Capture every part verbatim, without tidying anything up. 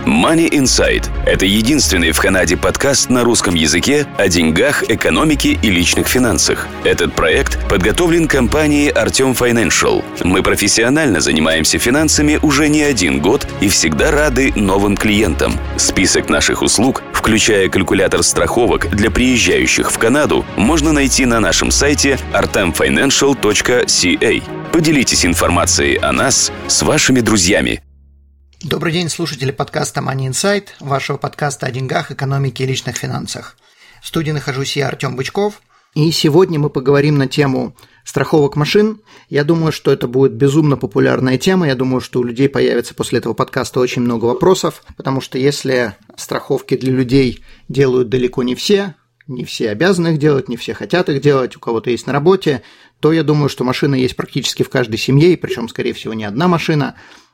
Money Insight – это единственный в Канаде подкаст на русском языке о деньгах, экономике и личных финансах. Этот проект подготовлен компанией Артем Financial. Мы профессионально занимаемся финансами уже не один год и всегда рады новым клиентам. Список наших услуг, включая калькулятор страховок для приезжающих в Канаду, можно найти на нашем сайте artem financial точка си эй. Поделитесь информацией о нас с вашими друзьями. Добрый день, слушатели подкаста Money Insight, вашего подкаста о деньгах, экономике и личных финансах. В студии нахожусь я, Артем Бычков, и сегодня мы поговорим на тему страховок машин. Я думаю, что это будет безумно популярная тема, я думаю, что у людей появится после этого подкаста очень много вопросов, потому что если страховки для людей делают далеко не все, не все обязаны их делать, не все хотят их делать, у кого-то есть на работе, то я думаю, что машина есть практически в каждой семье, и причем, скорее всего, не одна машина.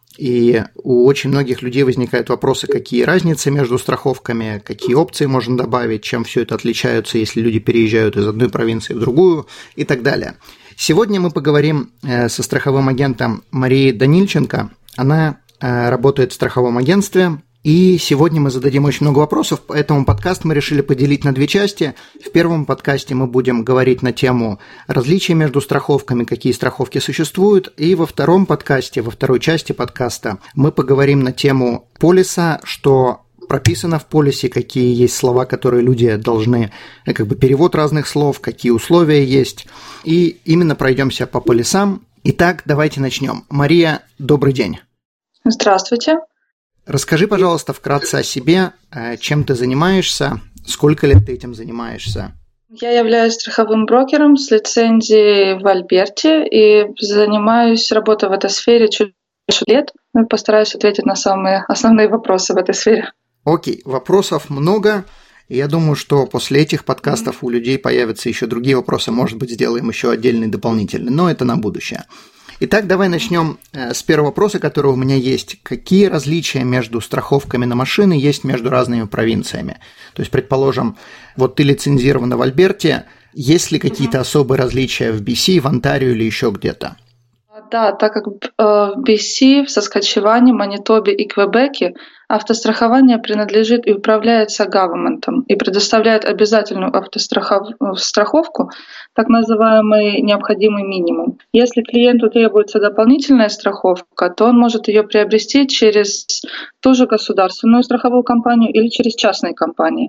И у очень многих людей возникают вопросы, какие разницы между страховками, какие опции можно добавить, чем все это отличается, если люди переезжают из одной провинции в другую и так далее. Сегодня мы поговорим со страховым агентом Марией Данильченко. Она работает в страховом агентстве. И сегодня мы зададим очень много вопросов, поэтому подкаст мы решили поделить на две части. В первом подкасте мы будем говорить на тему различий между страховками, какие страховки существуют, и во втором подкасте, во второй части подкаста мы поговорим на тему полиса, что прописано в полисе, какие есть слова, которые люди должны, как бы перевод разных слов, какие условия есть, и именно пройдемся по полисам. Итак, давайте начнем. Мария, добрый день. Здравствуйте. Расскажи, пожалуйста, вкратце о себе, чем ты занимаешься, сколько лет ты этим занимаешься? Я являюсь страховым брокером с лицензией в Альберте и занимаюсь работой в этой сфере чуть больше лет. Ну, постараюсь ответить на самые основные вопросы в этой сфере. Окей, вопросов много. Я думаю, что после этих подкастов у людей появятся еще другие вопросы. Может быть, сделаем еще отдельный дополнительный, но это на будущее. Итак, давай начнем с первого вопроса, который у меня есть. Какие различия между страховками на машины есть между разными провинциями? То есть, предположим, вот ты лицензирована в Альберте, есть ли какие-то особые различия в би си, в Онтарио или еще где-то? Да, так как в би си, в Саскатчеване, Манитобе и Квебеке автострахование принадлежит и управляется говernment'ом и предоставляет обязательную автостраховку, так называемый необходимый минимум. Если клиенту требуется дополнительная страховка, то он может ее приобрести через ту же государственную страховую компанию или через частные компании.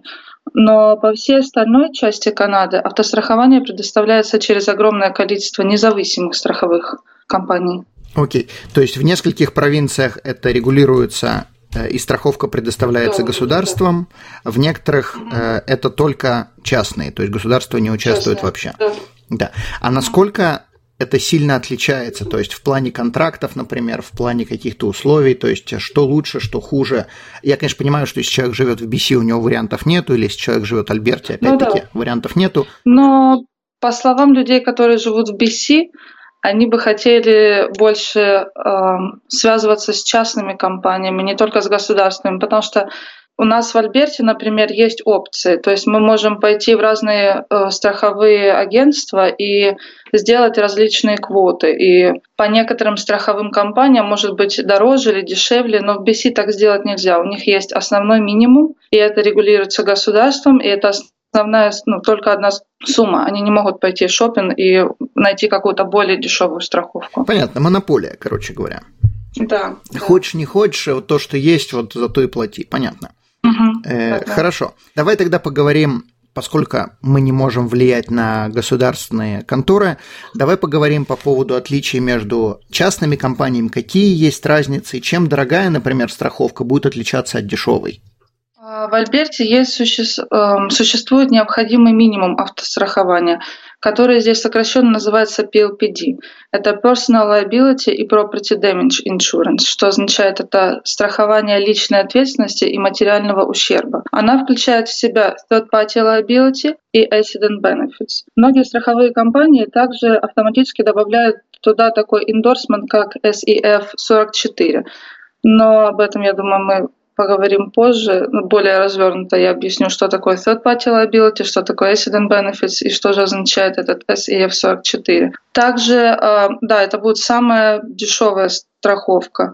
Но по всей остальной части Канады автострахование предоставляется через огромное количество независимых страховых компаний. Окей, то есть в нескольких провинциях это регулируется и страховка предоставляется да, государством, да. В некоторых угу. э, это только частные, то есть государство не участвует Частные. вообще. Да. Да. А насколько это сильно отличается, то есть в плане контрактов, например, в плане каких-то условий, то есть что лучше, что хуже? Я, конечно, понимаю, что если человек живет в би си, у него вариантов нету, или если человек живет в Альберте, опять-таки, ну, да. вариантов нету. Но по словам людей, которые живут в би си, они бы хотели больше э, связываться с частными компаниями, не только с государственными, потому что у нас в Альберте, например, есть опции. То есть мы можем пойти в разные э, страховые агентства и сделать различные квоты. И по некоторым страховым компаниям может быть дороже или дешевле, но в би си так сделать нельзя. У них есть основной минимум, и это регулируется государством, и это основная, ну, только одна сумма. Они не могут пойти в шопинг и найти какую-то более дешевую страховку. Понятно, монополия, короче говоря. Да. Хочешь, не хочешь, вот то, что есть, вот за то и плати. Понятно. Угу, э, да, хорошо. Да. Давай тогда поговорим, поскольку мы не можем влиять на государственные конторы, давай поговорим по поводу отличий между частными компаниями. Какие есть разницы, и чем дорогая, например, страховка будет отличаться от дешевой? В Альберте есть, существует необходимый минимум автострахования, который здесь сокращенно называется пи эл пи ди. Это Personal Liability и Property Damage Insurance, что означает это страхование личной ответственности и материального ущерба. Она включает в себя Third Party Liability и Accident Benefits. Многие страховые компании также автоматически добавляют туда такой endorsement, как эс и эф сорок четыре. Но об этом, я думаю, мы поговорим позже, более развернуто я объясню, что такое Third Party Liability, что такое Accident Benefits и что же означает этот эс и эф сорок четыре. Также, да, это будет самая дешевая страховка.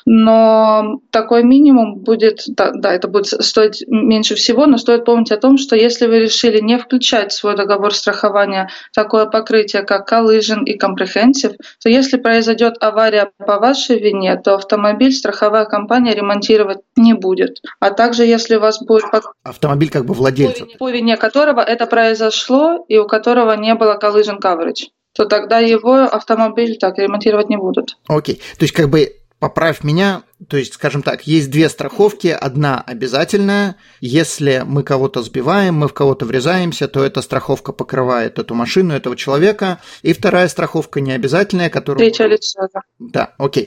Но такой минимум будет, да, да, это будет стоить меньше всего, но стоит помнить о том, что если вы решили не включать в свой договор страхования такое покрытие, как collision и comprehensive, то если произойдет авария по вашей вине, то автомобиль страховая компания ремонтировать не будет. А также если у вас будет... Автомобиль как бы владельца. По вине которого это произошло и у которого не было collision coverage, то тогда его автомобиль так ремонтировать не будут. Окей, то есть как бы поправь меня, то есть, скажем так, есть две страховки, одна обязательная, если мы кого-то сбиваем, мы в кого-то врезаемся, то эта страховка покрывает эту машину, этого человека, и вторая страховка необязательная, которая... Третье лицо. Да, окей.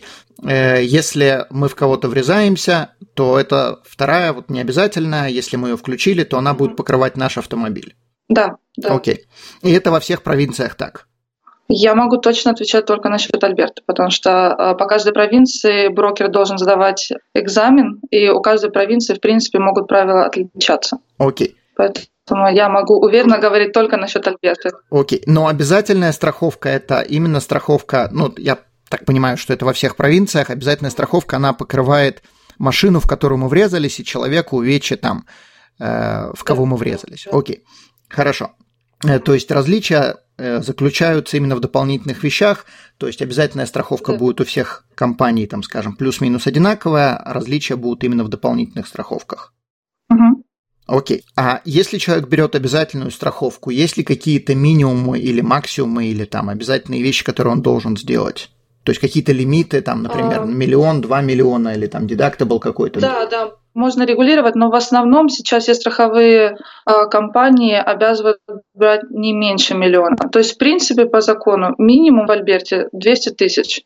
Если мы в кого-то врезаемся, то это вторая вот необязательная, если мы ее включили, то она будет покрывать наш автомобиль. Да, да. Окей. И это во всех провинциях так? Я могу точно отвечать только насчет Альберты, потому что по каждой провинции брокер должен сдавать экзамен, и у каждой провинции, в принципе, могут правила отличаться. Окей. Поэтому я могу уверенно говорить только насчет Альберты. Окей. Но обязательная страховка – это именно страховка, ну, я так понимаю, что это во всех провинциях, обязательная страховка, она покрывает машину, в которую мы врезались, и человеку увечья там, э, в кого мы врезались. Окей. Хорошо. То есть различия заключаются именно в дополнительных вещах, то есть обязательная страховка да. будет у всех компаний, там, скажем, плюс-минус одинаковая, а различия будут именно в дополнительных страховках. Угу. Окей. А если человек берет обязательную страховку, есть ли какие-то минимумы или максимумы, или там обязательные вещи, которые он должен сделать? То есть какие-то лимиты, там, например, а... миллион, два миллиона, или там deductible какой-то? Да, да. Можно регулировать, но в основном сейчас все страховые э, компании обязывают брать не меньше миллиона. То есть, в принципе, по закону минимум в Альберте двести тысяч.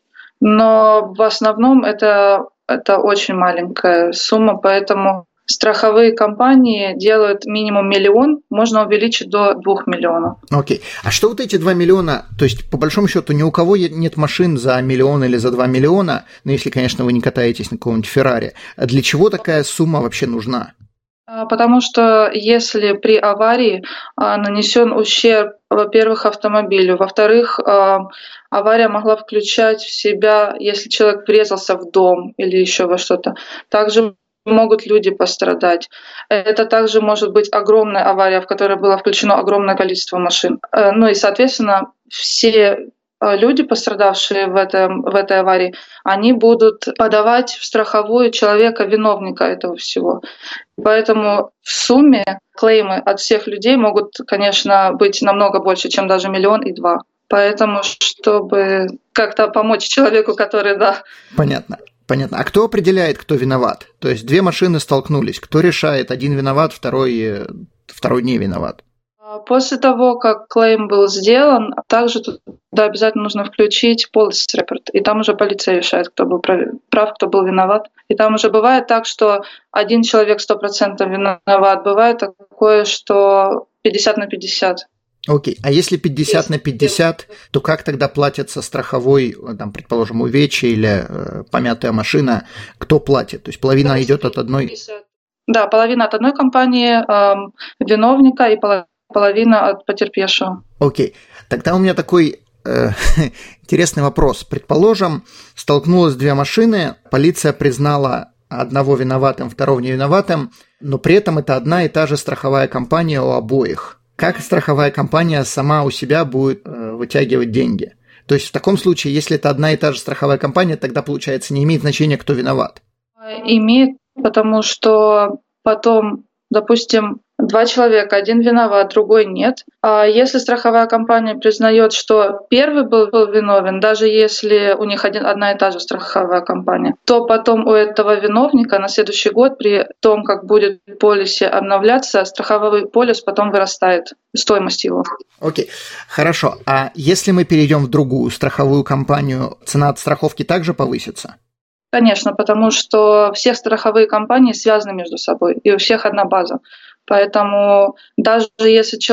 Но в основном это, это очень маленькая сумма, поэтому страховые компании делают минимум миллион, можно увеличить до двух миллионов. Окей. Okay. А что вот эти два миллиона, то есть, по большому счету, ни у кого нет машин за миллион или за два миллиона, ну, если, конечно, вы не катаетесь на каком-нибудь Феррари. А для чего такая сумма вообще нужна? Потому что если при аварии нанесен ущерб, во-первых, автомобилю, во-вторых, авария могла включать в себя, если человек врезался в дом или еще во что-то, также могут люди пострадать. Это также может быть огромная авария, в которой было включено огромное количество машин. Ну и, соответственно, все люди, пострадавшие в, этом, в этой аварии, они будут подавать в страховую человека, виновника этого всего. Поэтому в сумме клеймы от всех людей могут, конечно, быть намного больше, чем даже миллион и два. Поэтому, чтобы как-то помочь человеку, который, да... Понятно. Понятно. А кто определяет, кто виноват? То есть две машины столкнулись. Кто решает, один виноват, второй, второй не виноват? После того, как клейм был сделан, также туда обязательно нужно включить policy report. И там уже полиция решает, кто был прав, кто был виноват. И там уже бывает так, что один человек сто процентов виноват. Бывает такое, что пятьдесят на пятьдесят. Окей, okay. А если пятьдесят на пятьдесят, то как тогда платится страховой, там, предположим, увечье или э, помятая машина, кто платит? То есть половина да, идет от одной... Да, половина от одной компании, э, виновника, и половина от потерпевшего. Окей, okay. Тогда у меня такой э, интересный вопрос. Предположим, столкнулось две машины, полиция признала одного виноватым, второго не виноватым, но при этом это одна и та же страховая компания у обоих. Как страховая компания сама у себя будет э, вытягивать деньги? То есть в таком случае, если это одна и та же страховая компания, тогда, получается, не имеет значения, кто виноват? Имеет, потому что потом, допустим, два человека, один виноват, другой нет. А если страховая компания признает, что первый был, был виновен, даже если у них один, одна и та же страховая компания, то потом у этого виновника на следующий год, при том, как будет полис обновляться, страховой полис потом вырастает, стоимость его. Окей, хорошо. А если мы перейдем в другую страховую компанию, цена от страховки также повысится? Конечно, потому что все страховые компании связаны между собой, и у всех одна база. Поэтому даже если человек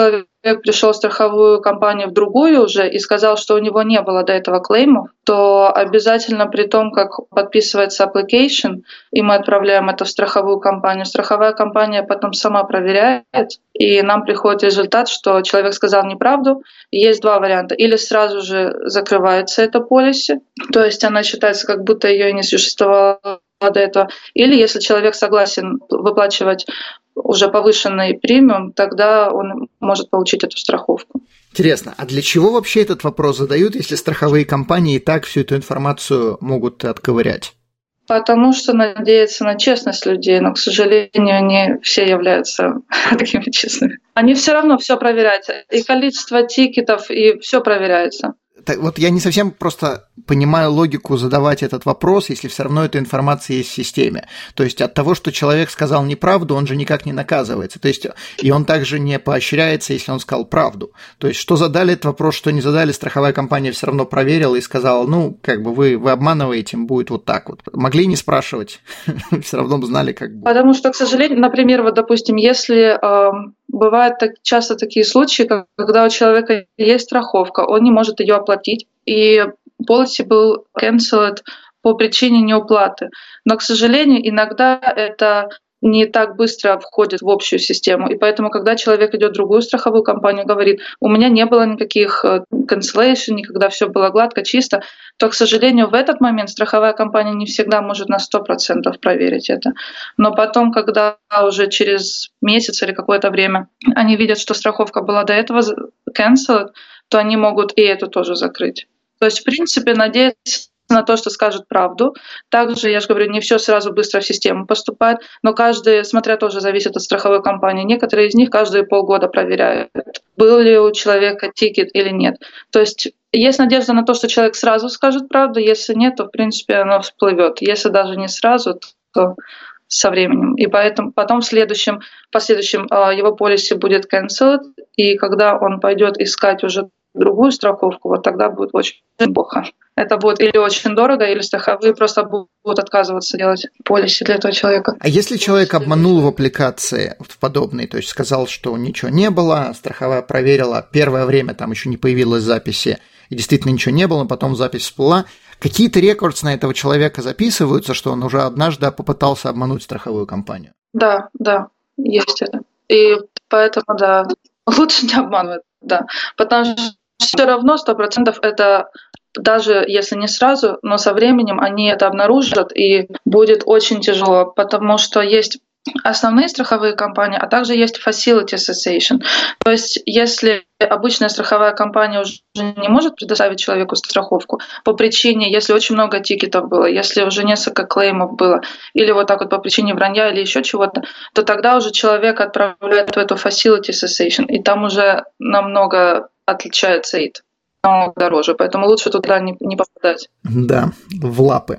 пришел в страховую компанию в другую уже и сказал, что у него не было до этого клеймов, то обязательно при том, как подписывается application, и мы отправляем это в страховую компанию, страховая компания потом сама проверяет, и нам приходит результат, что человек сказал неправду. Есть два варианта. Или сразу же закрывается эта полиси, то есть она считается, как будто ее не существовало до этого. Или если человек согласен выплачивать уже повышенный премиум, тогда он может получить эту страховку. Интересно, а для чего вообще этот вопрос задают, если страховые компании и так всю эту информацию могут отковырять? Потому что надеются на честность людей, но, к сожалению, не все являются такими честными. Они все равно все проверяют, и количество тикетов, и все проверяется. Так, вот я не совсем просто понимаю логику задавать этот вопрос, если все равно эта информация есть в системе. То есть от того, что человек сказал неправду, он же никак не наказывается. То есть и он также не поощряется, если он сказал правду. То есть что задали этот вопрос, что не задали, страховая компания все равно проверила и сказала, ну, как бы вы, вы обманываете, будет вот так вот. Могли не спрашивать, все равно бы знали, как будет. Потому что, к сожалению, например, вот, допустим, если э, бывают так, часто такие случаи, когда у человека есть страховка, он не может ее оплатить, и policy был cancelled по причине неуплаты. Но, к сожалению, иногда это не так быстро входит в общую систему. И поэтому, когда человек идет в другую страховую компанию, говорит, у меня не было никаких cancellation, никогда все было гладко, чисто, то, к сожалению, в этот момент страховая компания не всегда может на сто процентов проверить это. Но потом, когда уже через месяц или какое-то время они видят, что страховка была до этого cancelled, то они могут и эту тоже закрыть. То есть, в принципе, надеяться на то, что скажут правду. Также, я же говорю, не все сразу быстро в систему поступает, но каждый, смотря тоже зависит от страховой компании, некоторые из них каждые полгода проверяют, был ли у человека тикет или нет. То есть есть надежда на то, что человек сразу скажет правду, если нет, то, в принципе, оно всплывет. Если даже не сразу, то со временем. И поэтому потом в следующем, в последующем его полиси будет cancelled, и когда он пойдет искать уже другую страховку, вот тогда будет очень плохо. Это будет или очень дорого, или страховые просто будут отказываться делать полиси для этого человека. А если человек обманул в аппликации в подобной, то есть сказал, что ничего не было, страховая проверила, первое время там еще не появилась записи, и действительно ничего не было, потом запись всплыла, какие-то рекордс на этого человека записываются, что он уже однажды попытался обмануть страховую компанию? Да, да, есть это. И поэтому, да, лучше не обманывать, да. Потому что все равно сто процентов это, даже если не сразу, но со временем они это обнаружат, и будет очень тяжело, потому что есть основные страховые компании, а также есть facility association. То есть если обычная страховая компания уже не может предоставить человеку страховку по причине, если очень много тикетов было, если уже несколько клеймов было, или вот так вот по причине вранья или еще чего-то, то тогда уже человека отправляют в эту facility association, и там уже намного отличается ит, намного дороже, поэтому лучше туда не, не попадать. Да, в лапы.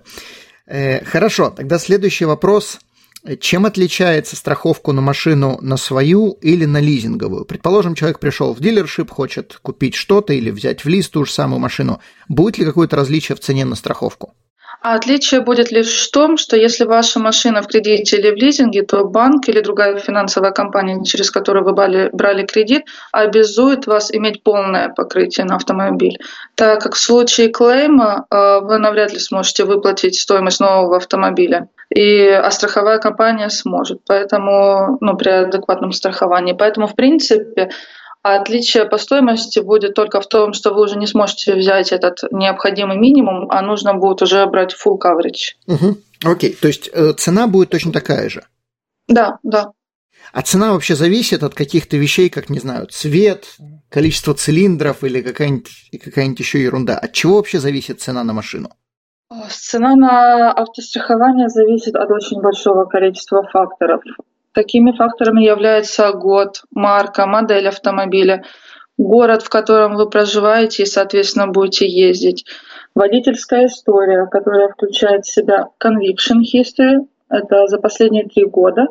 Э, хорошо, тогда следующий вопрос. Чем отличается страховку на машину на свою или на лизинговую? Предположим, человек пришел в дилершип, хочет купить что-то или взять в лиз ту же самую машину. Будет ли какое-то различие в цене на страховку? А отличие будет лишь в том, что если ваша машина в кредите или в лизинге, то банк или другая финансовая компания, через которую вы брали, брали кредит, обязует вас иметь полное покрытие на автомобиль. Так как в случае клейма вы навряд ли сможете выплатить стоимость нового автомобиля, и, а страховая компания сможет, поэтому, ну, при адекватном страховании. Поэтому, в принципе, отличие по стоимости будет только в том, что вы уже не сможете взять этот необходимый минимум, а нужно будет уже брать full coverage. Угу. Окей, то есть э, цена будет точно такая же? Да, да. А цена вообще зависит от каких-то вещей, как, не знаю, цвет, количество цилиндров или какая-нибудь, какая-нибудь еще ерунда. От чего вообще зависит цена на машину? Цена на автострахование зависит от очень большого количества факторов. Такими факторами являются год, марка, модель автомобиля, город, в котором вы проживаете и, соответственно, будете ездить, водительская история, которая включает в себя conviction history, это за последние три года.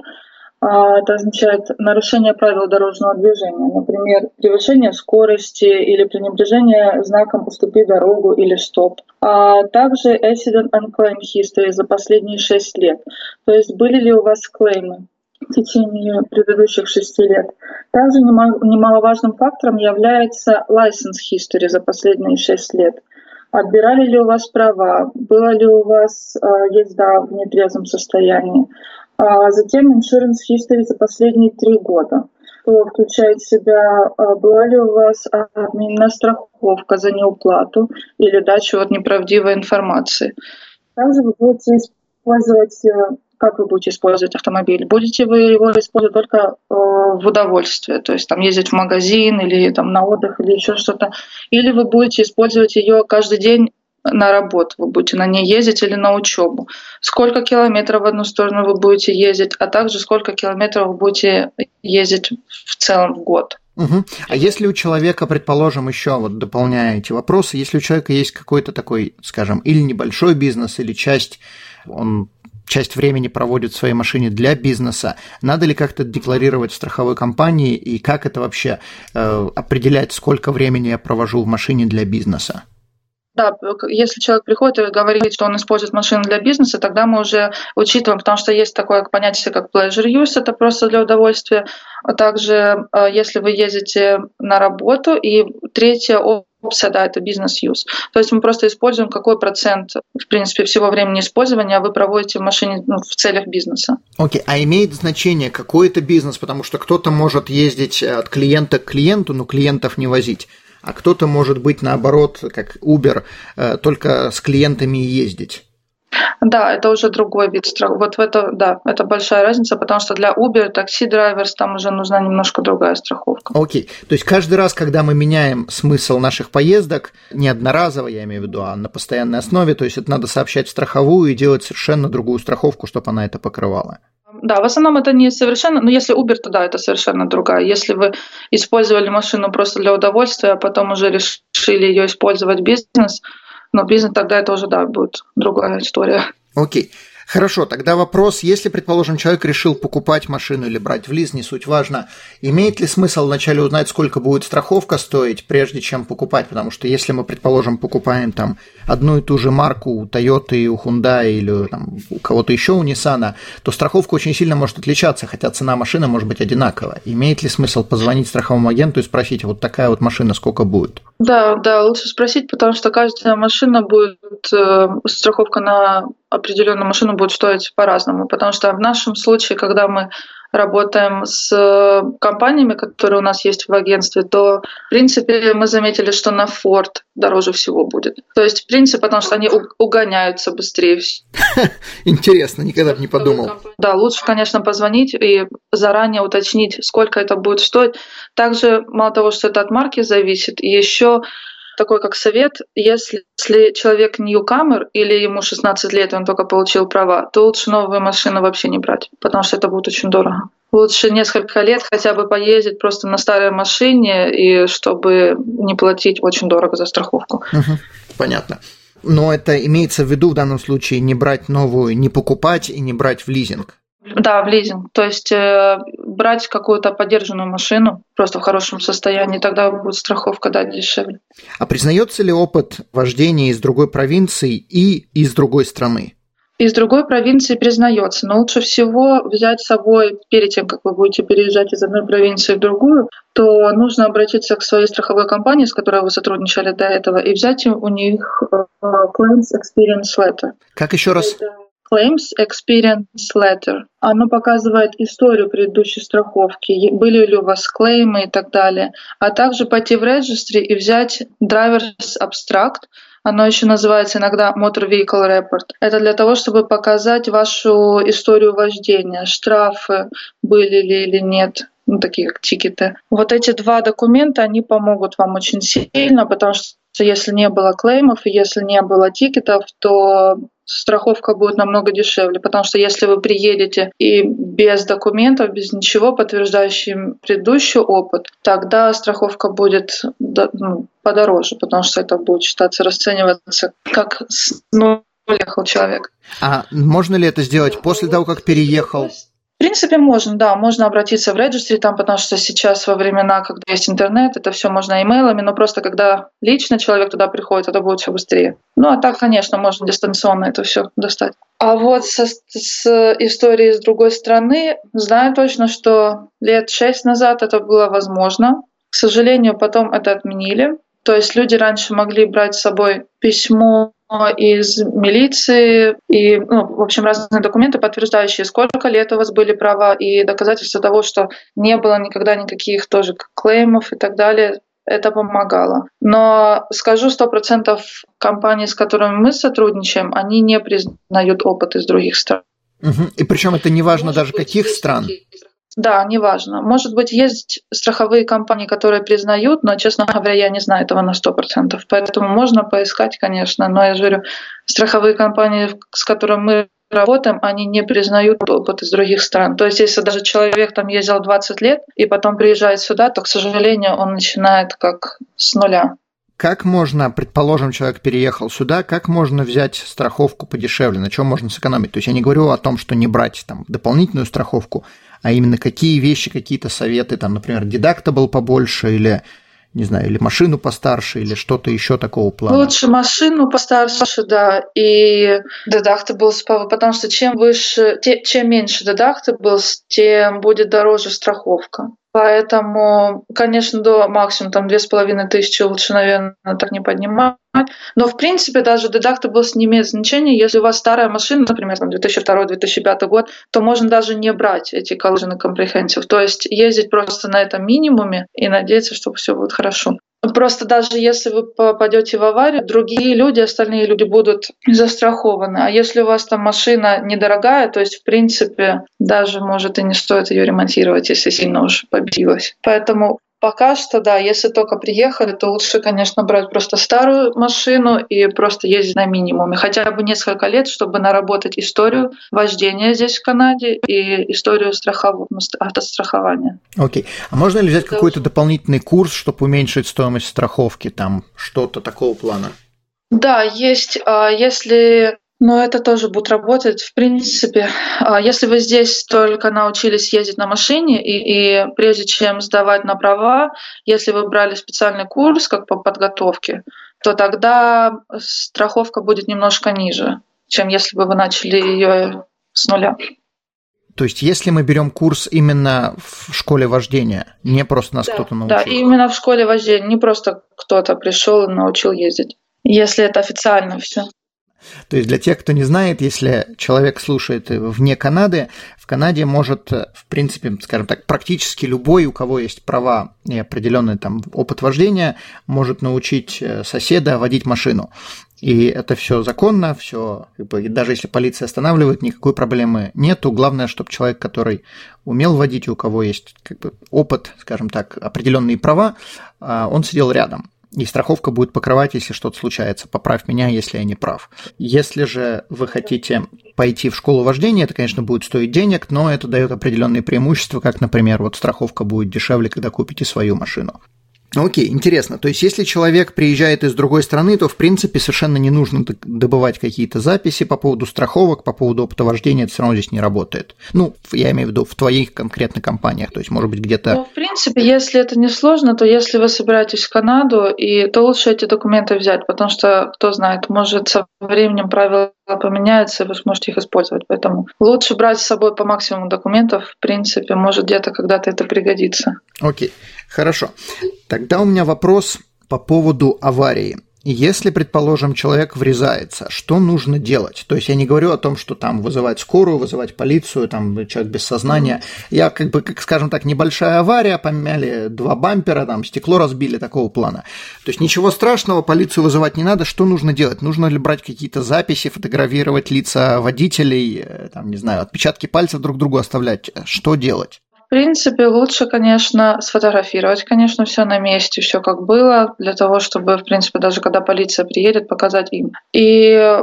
Это означает нарушение правил дорожного движения, например, превышение скорости или пренебрежение знаком «Уступи дорогу» или «Стоп». А также accident and claim history за последние шесть лет. То есть были ли у вас клеймы? в течение предыдущих шести лет. Также немаловажным фактором является license history за последние шесть лет. Отбирали ли у вас права, была ли у вас э, езда в нетрезвом состоянии. А затем insurance history за последние три года. Что включает в себя, была ли у вас отменена страховка за неуплату или дачу от неправдивой информации. Также вы будете использовать, как вы будете использовать автомобиль? Будете вы его использовать только в удовольствие, то есть там ездить в магазин или там на отдых или еще что-то, или вы будете использовать ее каждый день на работу, вы будете на ней ездить или на учебу. Сколько километров в одну сторону вы будете ездить, а также сколько километров вы будете ездить в целом в год. Угу. А если у человека, предположим, еще вот дополняя эти вопросы, если у человека есть какой-то такой, скажем, или небольшой бизнес, или часть, он часть времени проводит в своей машине для бизнеса, надо ли как-то декларировать в страховой компании, и как это вообще э, определять, сколько времени я провожу в машине для бизнеса? Да, если человек приходит и говорит, что он использует машину для бизнеса, тогда мы уже учитываем, потому что есть такое понятие, как pleasure use, это просто для удовольствия. А также, если вы ездите на работу, и третья опция, да, это business use. То есть мы просто используем, какой процент, в принципе, всего времени использования вы проводите в машине, ну, в целях бизнеса. Окей, okay. А имеет значение, какой это бизнес, потому что кто-то может ездить от клиента к клиенту, но клиентов не возить. А кто-то может быть, наоборот, как Uber, только с клиентами ездить. Да, это уже другой вид страховки. Вот в это, да, это большая разница, потому что для Uber, такси-драйверс, там уже нужна немножко другая страховка. Окей, то есть каждый раз, когда мы меняем смысл наших поездок, не одноразово, я имею в виду, а на постоянной основе, то есть это надо сообщать в страховую и делать совершенно другую страховку, чтобы она это покрывала. Да, в основном это не совершенно, но если Uber, то да, это совершенно другая. Если вы использовали машину просто для удовольствия, а потом уже решили ее использовать в бизнес, но бизнес тогда это уже, да, будет другая история. Окей. Хорошо, тогда вопрос, если, предположим, человек решил покупать машину или брать в лиз, не суть важно, имеет ли смысл вначале узнать, сколько будет страховка стоить, прежде чем покупать? Потому что если мы, предположим, покупаем там одну и ту же марку у Toyota и у Hyundai или там, у кого-то еще у Nissan, то страховка очень сильно может отличаться, хотя цена машины может быть одинаковая. Имеет ли смысл позвонить страховому агенту и спросить, вот такая вот машина сколько будет? Да, да, лучше спросить, потому что каждая машина будет, э, страховка на определенную машину будет стоить по-разному, потому что в нашем случае, когда мы работаем с компаниями, которые у нас есть в агентстве, то, в принципе, мы заметили, что на Ford дороже всего будет. То есть, в принципе, потому что они угоняются быстрее. Интересно, никогда бы не подумал. Да, лучше, конечно, позвонить и заранее уточнить, сколько это будет стоить. Также, мало того, что это от марки зависит, еще такой как совет, если, если человек ньюкамер или ему шестнадцать лет, и он только получил права, то лучше новую машину вообще не брать, потому что это будет очень дорого. Лучше несколько лет хотя бы поездить просто на старой машине, и чтобы не платить очень дорого за страховку. Угу, понятно. Но это имеется в виду в данном случае не брать новую, не покупать и не брать в лизинг. Да, в лизинг. То есть э, брать какую-то подержанную машину просто в хорошем состоянии, тогда будет страховка, да, дешевле. А признается ли опыт вождения из другой провинции и из другой страны? Из другой провинции признается, но лучше всего взять с собой, перед тем, как вы будете переезжать из одной провинции в другую, то нужно обратиться к своей страховой компании, с которой вы сотрудничали до этого, и взять у них Claims Experience Letter. Как еще раз? Claims Experience Letter. Оно показывает историю предыдущей страховки, были ли у вас клеймы и так далее. А также пойти в registry и взять Driver's Abstract. Оно еще называется иногда Motor Vehicle Report. Это для того, чтобы показать вашу историю вождения, штрафы были ли или нет, ну, такие как тикеты. Вот эти два документа, они помогут вам очень сильно, потому что если не было клеймов и если не было тикетов, то страховка будет намного дешевле, потому что если вы приедете и без документов, без ничего, подтверждающим предыдущий опыт, тогда страховка будет, ну, подороже, потому что это будет считаться, расцениваться как с нуля ехал человек. А можно ли это сделать после того, как переехал? В В принципе, можно, да, можно обратиться в registry, там, потому что сейчас во времена, когда есть интернет, это все можно имейлами, но просто когда лично человек туда приходит, это будет все быстрее. Ну, а так, конечно, можно дистанционно это все достать. А вот со, с историей с другой стороны, знаю точно, что лет шесть назад это было возможно. К сожалению, потом это отменили. То есть люди раньше могли брать с собой письмо из милиции и, ну, в общем, разные документы, подтверждающие, сколько лет у вас были права, и доказательства того, что не было никогда никаких тоже клеймов и так далее. Это помогало. Но скажу, сто процентов компаний, с которыми мы сотрудничаем, они не признают опыт из других стран. Угу. И причем это не важно даже каких стран. Да, неважно. Может быть, есть страховые компании, которые признают, но, честно говоря, я не знаю этого на сто процентов. Поэтому можно поискать, конечно, но я же говорю, страховые компании, с которыми мы работаем, они не признают опыт из других стран. То есть, если даже человек там ездил двадцать лет и потом приезжает сюда, то, к сожалению, он начинает как с нуля. Как можно, предположим, человек переехал сюда, как можно взять страховку подешевле, на чем можно сэкономить? То есть я не говорю о том, что не брать там дополнительную страховку, а именно какие вещи, какие-то советы, там, например, deductible побольше или, не знаю, или машину постарше, или что-то еще такого плана. Лучше машину постарше, да, и deductibles, потому что чем выше, чем меньше deductibles, тем будет дороже страховка. Поэтому, конечно, до максимум там две с половиной тысячи лучше, наверное, так не поднимать. Но, в принципе, даже deductibles не имеет значения. Если у вас старая машина, например, там две тысячи второй - две тысячи пятый год, то можно даже не брать эти collision и comprehensive. То есть ездить просто на этом минимуме и надеяться, что все будет хорошо. Просто даже если вы попадете в аварию, другие люди, остальные люди будут застрахованы. А если у вас там машина недорогая, то есть, в принципе, даже, может, и не стоит ее ремонтировать, если сильно уж побилась. Поэтому пока что, да, если только приехали, то лучше, конечно, брать просто старую машину и просто ездить на минимуме. Хотя бы несколько лет, чтобы наработать историю вождения здесь, в Канаде, и историю страхов... автострахования. Окей. Okay. А можно ли взять Это какой-то дополнительный курс, чтобы уменьшить стоимость страховки, там что-то такого плана? Да, есть. Если... Но это тоже будет работать. В принципе, если вы здесь только научились ездить на машине, и, и прежде чем сдавать на права, если вы брали специальный курс, как по подготовке, то тогда страховка будет немножко ниже, чем если бы вы начали ее с нуля. То есть, если мы берем курс именно в школе вождения, не просто нас да, кто-то научил? Да, именно в школе вождения, не просто кто-то пришел и научил ездить, если это официально все. То есть для тех, кто не знает, если человек слушает вне Канады, в Канаде может, в принципе, скажем так, практически любой, у кого есть права и определенный там опыт вождения, может научить соседа водить машину. И это все законно, все, как бы, даже если полиция останавливает, никакой проблемы нету. Главное, чтобы человек, который умел водить, у кого есть как бы, опыт, скажем так, определенные права, он сидел рядом. И страховка будет покрывать, если что-то случается. Поправь меня, если я не прав. Если же вы хотите пойти в школу вождения, это, конечно, будет стоить денег, но это дает определенные преимущества, как, например, вот страховка будет дешевле, когда купите свою машину. Окей, интересно. То есть, если человек приезжает из другой страны, то, в принципе, совершенно не нужно добывать какие-то записи по поводу страховок, по поводу опыта вождения, это все равно здесь не работает. Ну, я имею в виду в твоих конкретных компаниях, то есть, может быть, где-то... Ну, в принципе, если это не сложно, то если вы собираетесь в Канаду, и, то лучше эти документы взять, потому что, кто знает, может, со временем правила поменяются, и вы сможете их использовать. Поэтому лучше брать с собой по максимуму документов, в принципе, может, где-то когда-то это пригодится. Окей, хорошо. Тогда у меня вопрос по поводу аварии. Если, предположим, человек врезается, что нужно делать? То есть я не говорю о том, что там вызывать скорую, вызывать полицию, там человек без сознания. Я как бы, как, скажем так, небольшая авария, помяли два бампера, там стекло разбили, такого плана. То есть ничего страшного, полицию вызывать не надо. Что нужно делать? Нужно ли брать какие-то записи, фотографировать лица водителей, там, не знаю, отпечатки пальцев друг другу оставлять? Что делать? В принципе, лучше, конечно, сфотографировать, конечно, все на месте, все как было, для того, чтобы, в принципе, даже когда полиция приедет, показать им. И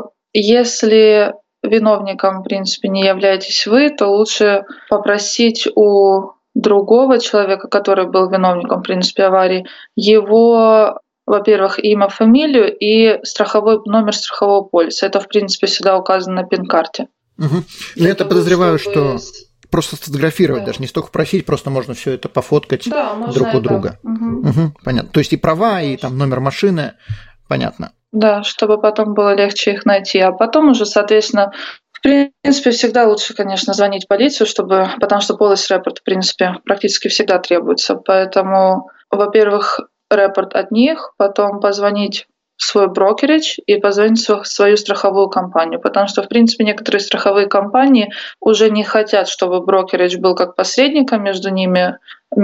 если виновником, в принципе, не являетесь вы, то лучше попросить у другого человека, который был виновником, в принципе, аварии, его, во-первых, имя, фамилию и страховой номер страхового полиса. Это, в принципе, всегда указано на пин-карте. Угу. Я это подозреваю, чтобы... что... просто сфотографировать, да. Даже не столько просить, просто можно все это пофоткать да, друг у друга. Угу. Угу, понятно. То есть и права, и там номер машины, понятно. Да, чтобы потом было легче их найти. А потом уже, соответственно, в принципе, всегда лучше, конечно, звонить в полицию, чтобы, потому что policy report, в принципе, практически всегда требуется. Поэтому, во-первых, репорт от них, потом позвонить в свой брокеридж и позвонить в свою страховую компанию, потому что, в принципе, некоторые страховые компании уже не хотят, чтобы брокеридж был как посредником между ними,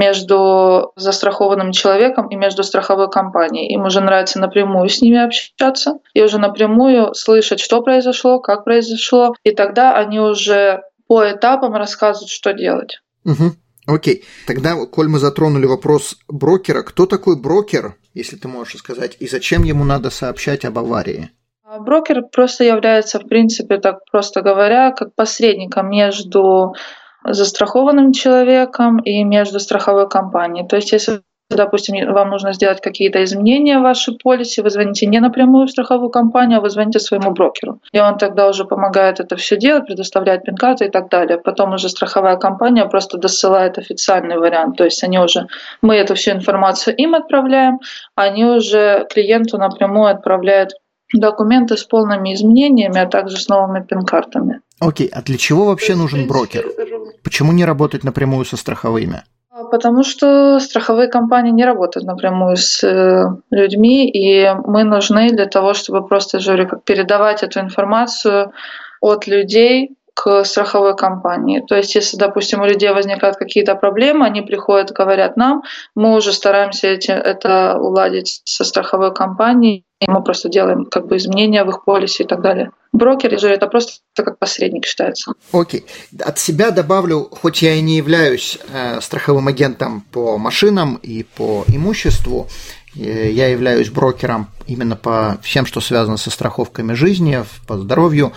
между застрахованным человеком и между страховой компанией. Им уже нравится напрямую с ними общаться и уже напрямую слышать, что произошло, как произошло, и тогда они уже по этапам рассказывают, что делать. Угу. Окей, тогда, коль мы затронули вопрос брокера, кто такой брокер, если ты можешь сказать, и зачем ему надо сообщать об аварии? Брокер просто является, в принципе, так просто говоря, как посредником между застрахованным человеком и между страховой компанией. То есть, если, допустим, вам нужно сделать какие-то изменения в вашей полисе, вы звоните не напрямую в страховую компанию, а вы звоните своему брокеру. И он тогда уже помогает это все делать, предоставляет пин-карты и так далее. Потом уже страховая компания просто досылает официальный вариант. То есть они уже, мы эту всю информацию им отправляем, они уже клиенту напрямую отправляют документы с полными изменениями, а также с новыми пин-картами. Окей, а для чего вообще нужен брокер? Почему не работать напрямую со страховыми? Потому что страховые компании не работают напрямую с людьми, и мы нужны для того, чтобы просто, же, как передавать эту информацию от людей к страховой компании. То есть, если, допустим, у людей возникают какие-то проблемы, они приходят, говорят нам, мы уже стараемся эти, это уладить со страховой компанией, и мы просто делаем как бы изменения в их полисе и так далее. Брокер же это просто как посредник считается. Окей. От себя добавлю, хоть я и не являюсь э, страховым агентом по машинам и по имуществу, э, я являюсь брокером именно по всем, что связано со страховками жизни, по здоровью.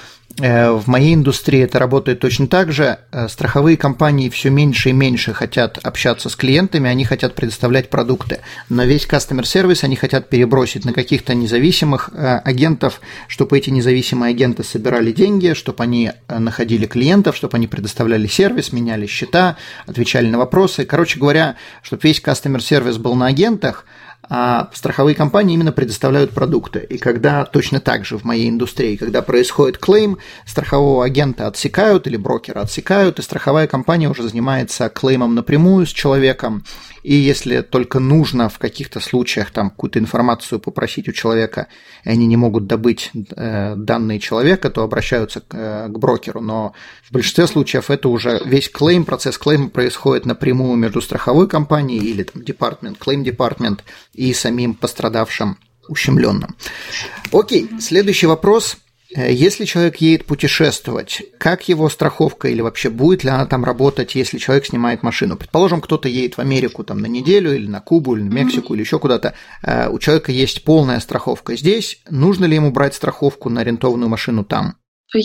В моей индустрии это работает точно так же. Страховые компании все меньше и меньше хотят общаться с клиентами, они хотят предоставлять продукты. Но весь customer сервис они хотят перебросить на каких-то независимых агентов, чтобы эти независимые агенты собирали деньги, чтобы они находили клиентов, чтобы они предоставляли сервис, меняли счета, отвечали на вопросы. Короче говоря, чтобы весь customer сервис был на агентах, а страховые компании именно предоставляют продукты. И когда точно так же в моей индустрии, когда происходит клейм, страхового агента отсекают или брокера отсекают, и страховая компания уже занимается клеймом напрямую с человеком. И если только нужно в каких-то случаях там какую-то информацию попросить у человека, и они не могут добыть э, данные человека, то обращаются к, э, к брокеру. Но в большинстве случаев это уже весь клейм, процесс клейма происходит напрямую между страховой компанией или там департмент, клейм-департмент и самим пострадавшим, ущемленным. Окей, следующий вопрос. Если человек едет путешествовать, как его страховка или вообще будет ли она там работать, если человек снимает машину? Предположим, кто-то едет в Америку там, на неделю или на Кубу, или на Мексику, mm-hmm. или еще куда-то. У человека есть полная страховка здесь. Нужно ли ему брать страховку на арендованную машину там?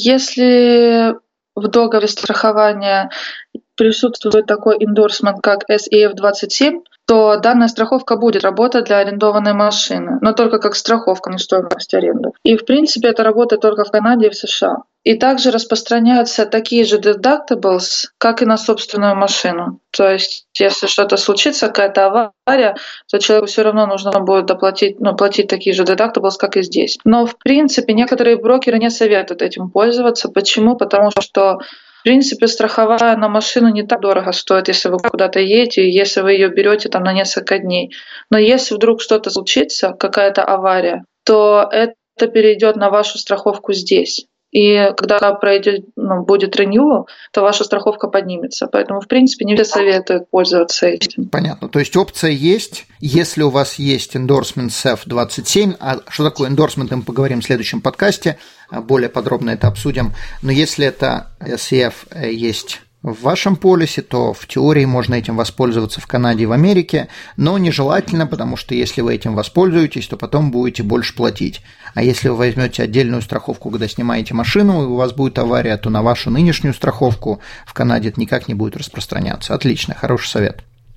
Если в договоре страхования присутствует такой эндорсмент, как эс и эф двадцать семь, то данная страховка будет работать для арендованной машины, но только как страховка на стоимость аренды. И, в принципе, это работает только в Канаде и в США. И также распространяются такие же deductibles, как и на собственную машину. То есть, если что-то случится, какая-то авария, то человеку все равно нужно будет доплатить, ну, платить такие же deductibles, как и здесь. Но, в принципе, некоторые брокеры не советуют этим пользоваться. Почему? Потому что в принципе, страховая на машину не так дорого стоит, если вы куда-то едете, если вы ее берете там на несколько дней. Но если вдруг что-то случится, какая-то авария, то это перейдет на вашу страховку здесь. И когда пройдет, ну, будет renewal, то ваша страховка поднимется. Поэтому, в принципе, не все советуют пользоваться этим. Понятно. То есть опция есть, если у вас есть endorsement эс и эф двадцать семь. А что такое endorsement, мы поговорим в следующем подкасте. Более подробно это обсудим. Но если это эс и эф есть в вашем полисе, то в теории можно этим воспользоваться в Канаде и в Америке, но нежелательно, потому что если вы этим воспользуетесь, то потом будете больше платить. А если вы возьмете отдельную страховку, когда снимаете машину, и у вас будет авария, то на вашу нынешнюю страховку в Канаде это никак не будет распространяться. Отлично, хороший совет.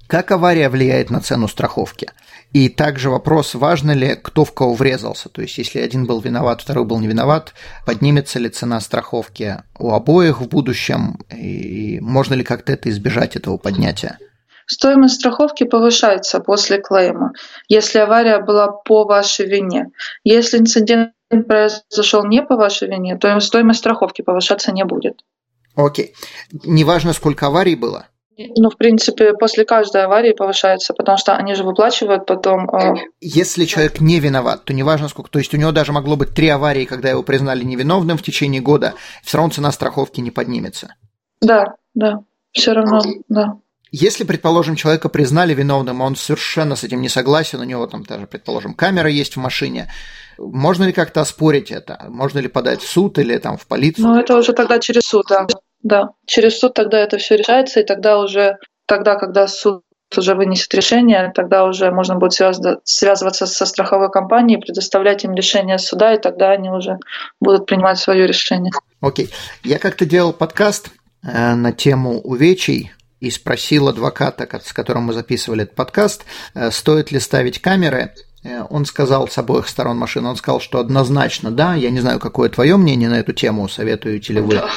Как авария влияет на цену страховки? И также вопрос, важно ли, кто в кого врезался. То есть, если один был виноват, второй был не виноват, поднимется ли цена страховки у обоих в будущем, и можно ли как-то это избежать, этого поднятия? Стоимость страховки повышается после клейма, если авария была по вашей вине. Если инцидент произошел не по вашей вине, то стоимость страховки повышаться не будет. Окей. Неважно, сколько аварий было? Ну, в принципе, после каждой аварии повышается, потому что они же выплачивают потом... Если человек не виноват, то неважно сколько. То есть у него даже могло быть три аварии, когда его признали невиновным в течение года, все равно цена страховки не поднимется. Да, да, все равно, да. Если, предположим, человека признали виновным, а он совершенно с этим не согласен, у него там даже, предположим, камера есть в машине, можно ли как-то оспорить это? Можно ли подать в суд или там в полицию? Ну, это уже тогда через суд, да. Да, через суд тогда это все решается, и тогда уже, тогда, когда суд уже вынесет решение, тогда уже можно будет связываться со страховой компанией, предоставлять им решение суда, и тогда они уже будут принимать свое решение. Окей. Я как-то делал подкаст э, на тему увечий и спросил адвоката, с которым мы записывали этот подкаст, э, стоит ли ставить камеры. Он сказал с обоих сторон машины, он сказал, что однозначно да. Я не знаю, какое твое мнение на эту тему, советуете ли вы.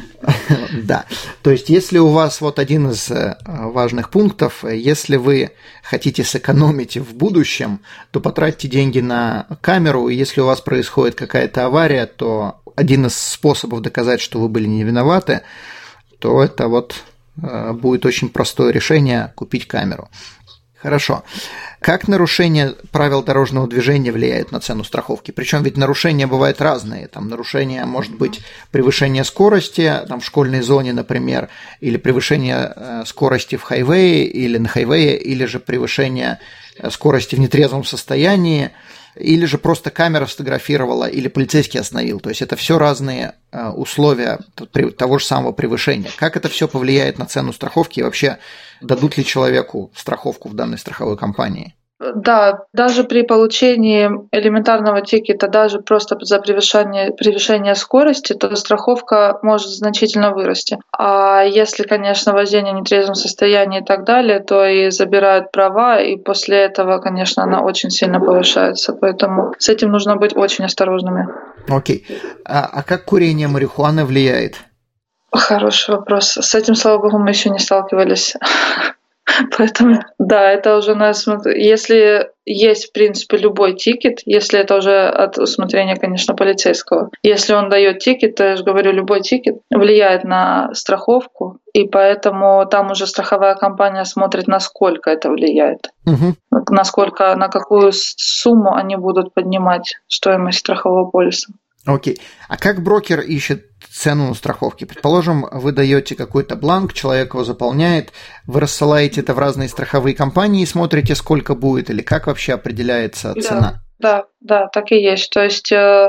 Да. То есть, если у вас вот один из важных пунктов, если вы хотите сэкономить в будущем, то потратьте деньги на камеру, и если у вас происходит какая-то авария, то один из способов доказать, что вы были не виноваты, то это вот будет очень простое решение – купить камеру. Хорошо. Как нарушение правил дорожного движения влияет на цену страховки? Причем ведь нарушения бывают разные. Там нарушение может быть превышение скорости, там в школьной зоне, например, или превышение скорости в хайвее или на хайвее, или же превышение скорости в нетрезвом состоянии, или же просто камера сфотографировала, или полицейский остановил. То есть это все разные условия того же самого превышения. Как это все повлияет на цену страховки и вообще дадут ли человеку страховку в данной страховой компании? Да, даже при получении элементарного тикета, даже просто за превышение, превышение скорости, то страховка может значительно вырасти. А если, конечно, вождение в нетрезвом состоянии и так далее, то и забирают права, и после этого, конечно, она очень сильно повышается. Поэтому с этим нужно быть очень осторожными. Окей. А, а как курение марихуаны влияет? Хороший вопрос. С этим, слава богу, мы еще не сталкивались. Поэтому, да, это уже на усмотрение. Если есть, в принципе, любой тикет, если это уже от усмотрения, конечно, полицейского. Если он дает тикет, то я же говорю, любой тикет влияет на страховку, и поэтому там уже страховая компания смотрит, насколько это влияет, угу. насколько, на какую сумму они будут поднимать стоимость страхового полиса. Окей. А как брокер ищет цену на страховки? Предположим, вы даете какой-то бланк, человек его заполняет, вы рассылаете это в разные страховые компании и смотрите, сколько будет, или как вообще определяется цена? Да, да, да, так и есть. То есть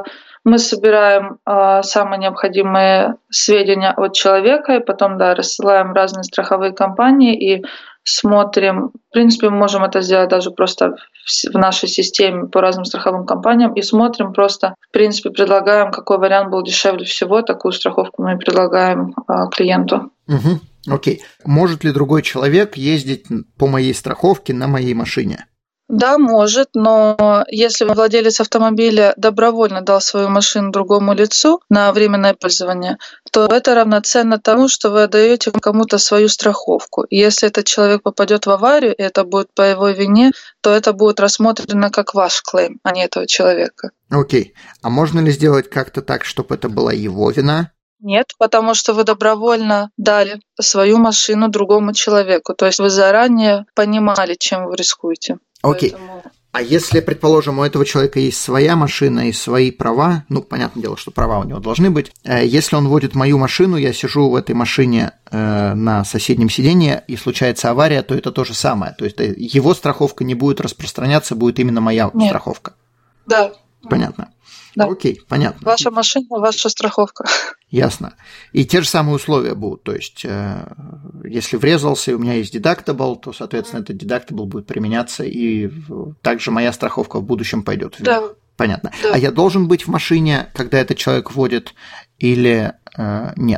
мы собираем э, самые необходимые сведения от человека, и потом, да, рассылаем в разные страховые компании и смотрим. В принципе, мы можем это сделать даже просто в нашей системе по разным страховым компаниям и смотрим просто, в принципе, предлагаем, какой вариант был дешевле всего, такую страховку мы предлагаем э, клиенту. Угу. Окей. Может ли другой человек ездить по моей страховке на моей машине? Да, может, но если владелец автомобиля добровольно дал свою машину другому лицу на временное пользование, то это равноценно тому, что вы отдаете кому-то свою страховку. Если этот человек попадет в аварию, и это будет по его вине, то это будет рассмотрено как ваш клейм, а не этого человека. Окей. А можно ли сделать как-то так, чтобы это была его вина? Нет, потому что вы добровольно дали свою машину другому человеку. То есть вы заранее понимали, чем вы рискуете. Окей. Поэтому... А если, предположим, у этого человека есть своя машина и свои права, ну, понятное дело, что права у него должны быть, если он водит мою машину, я сижу в этой машине э, на соседнем сиденье, и случается авария, то это то же самое. То есть его страховка не будет распространяться, будет именно моя Нет. страховка. Да. Понятно. Да. Окей, понятно. Ваша машина, ваша страховка. Ясно. И те же самые условия будут. То есть, э, если врезался, и у меня есть deductible, то, соответственно, этот deductible будет применяться, и также моя страховка в будущем пойдет вверх. Да. Понятно. Да. А я должен быть в машине, когда этот человек водит, или э, нет?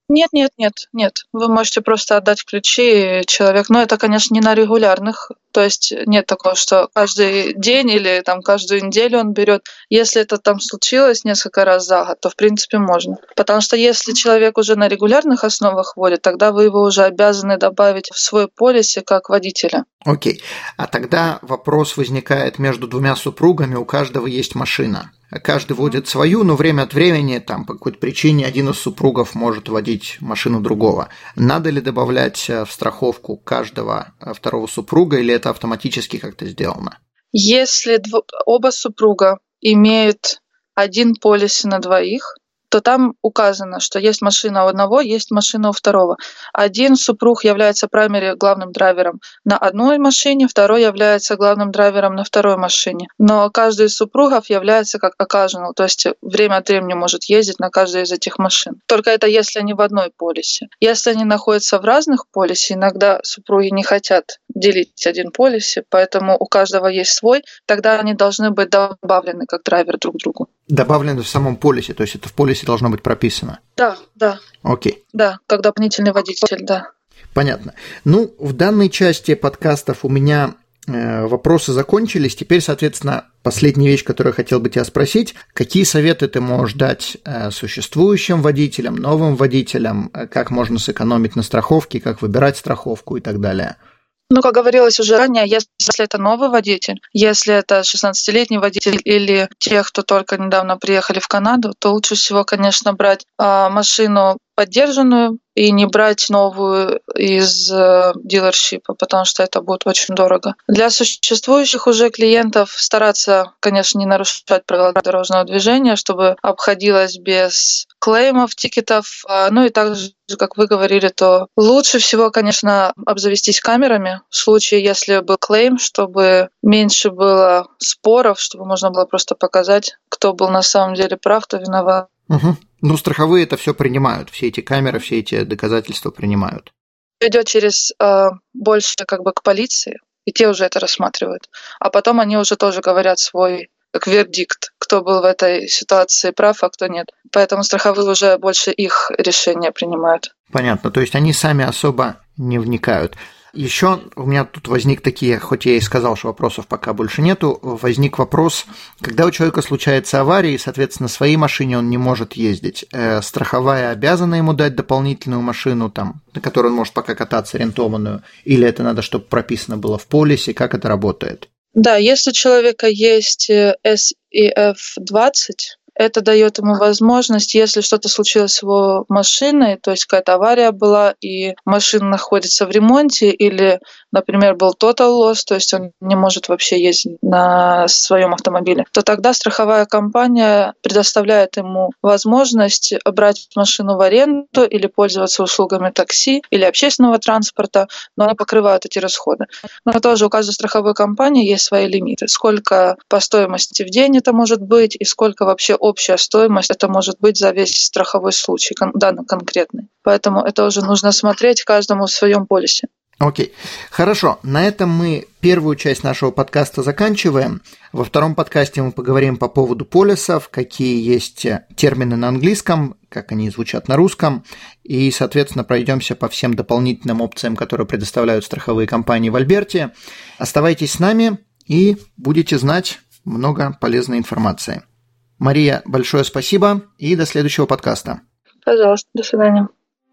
Нет, нет, нет, нет. Вы можете просто отдать ключи человеку. Но это, конечно, не на регулярных. То есть нет такого, что каждый день или там каждую неделю он берет. Если это там случилось несколько раз за год, то в принципе можно. Потому что если человек уже на регулярных основах водит, тогда вы его уже обязаны добавить в свой полис как водителя. Окей. А тогда вопрос возникает между двумя супругами, у каждого есть машина. Каждый водит свою, но время от времени, там, по какой-то причине, один из супругов может водить машину другого. Надо ли добавлять в страховку каждого второго супруга, или это автоматически как-то сделано? Если дв... оба супруга имеют один полис на двоих, то там указано, что есть машина у одного, есть машина у второго. Один супруг является primary главным драйвером на одной машине, второй является главным драйвером на второй машине. Но каждый из супругов является как occasional, то есть время от времени может ездить на каждой из этих машин. Только это если они в одной полисе. Если они находятся в разных полисе, иногда супруги не хотят делить один полис, поэтому у каждого есть свой, тогда они должны быть добавлены как драйвер друг к другу. Добавлены в самом полисе, то есть это в полисе должно быть прописано? Да, да. Окей. Да, как дополнительный водитель, да. Понятно. Ну, в данной части подкастов у меня э, вопросы закончились. Теперь, соответственно, последняя вещь, которую я хотел бы тебя спросить. Какие советы ты можешь дать э, существующим водителям, новым водителям, э, как можно сэкономить на страховке, как выбирать страховку и так далее? Ну, как говорилось уже ранее, если это новый водитель, если это шестнадцатилетний водитель или те, кто только недавно приехали в Канаду, то лучше всего, конечно, брать э, машину поддержанную и не брать новую из э, дилершипа, потому что это будет очень дорого. Для существующих уже клиентов стараться, конечно, не нарушать правила дорожного движения, чтобы обходилось без клеймов, тикетов. Ну и также, как вы говорили, то лучше всего, конечно, обзавестись камерами в случае, если был клейм, чтобы меньше было споров, чтобы можно было просто показать, кто был на самом деле прав, кто виноват. Угу. Ну, страховые это все принимают, все эти камеры, все эти доказательства принимают. Идет через э, больше как бы к полиции, и те уже это рассматривают. А потом они уже тоже говорят свой как вердикт, кто был в этой ситуации прав, а кто нет. Поэтому страховые уже больше их решения принимают. Понятно, то есть они сами особо не вникают. Еще у меня тут возник такие, хоть я и сказал, что вопросов пока больше нету, возник вопрос, когда у человека случается авария, и, соответственно, на своей машине он не может ездить, э, страховая обязана ему дать дополнительную машину, там, на которой он может пока кататься, арендованную, или это надо, чтобы прописано было в полисе, как это работает? Да, если у человека есть эс и эф двадцать, это дает ему возможность, если что-то случилось с его машиной, то есть какая-то авария была, и машина находится в ремонте, или, например, был total loss, то есть он не может вообще ездить на своем автомобиле, то тогда страховая компания предоставляет ему возможность брать машину в аренду или пользоваться услугами такси или общественного транспорта, но они покрывают эти расходы. Но тоже у каждой страховой компании есть свои лимиты. Сколько по стоимости в день это может быть, и сколько вообще общая стоимость это может быть за весь страховой случай, данный конкретный. Поэтому это уже нужно смотреть каждому в своем полисе. Окей, хорошо. На этом мы первую часть нашего подкаста заканчиваем. Во втором подкасте мы поговорим по поводу полисов, какие есть термины на английском, как они звучат на русском, и, соответственно, пройдемся по всем дополнительным опциям, которые предоставляют страховые компании в Альберте. Оставайтесь с нами и будете знать много полезной информации. Мария, большое спасибо и до следующего подкаста. Пожалуйста, до свидания.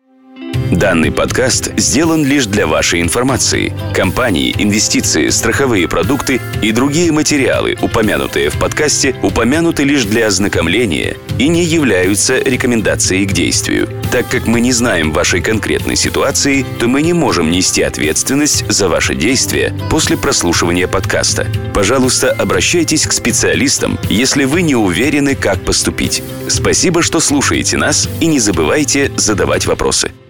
Данный подкаст сделан лишь для вашей информации. Компании, инвестиции, страховые продукты и другие материалы, упомянутые в подкасте, упомянуты лишь для ознакомления и не являются рекомендацией к действию. Так как мы не знаем вашей конкретной ситуации, то мы не можем нести ответственность за ваши действия после прослушивания подкаста. Пожалуйста, обращайтесь к специалистам, если вы не уверены, как поступить. Спасибо, что слушаете нас, и не забывайте задавать вопросы.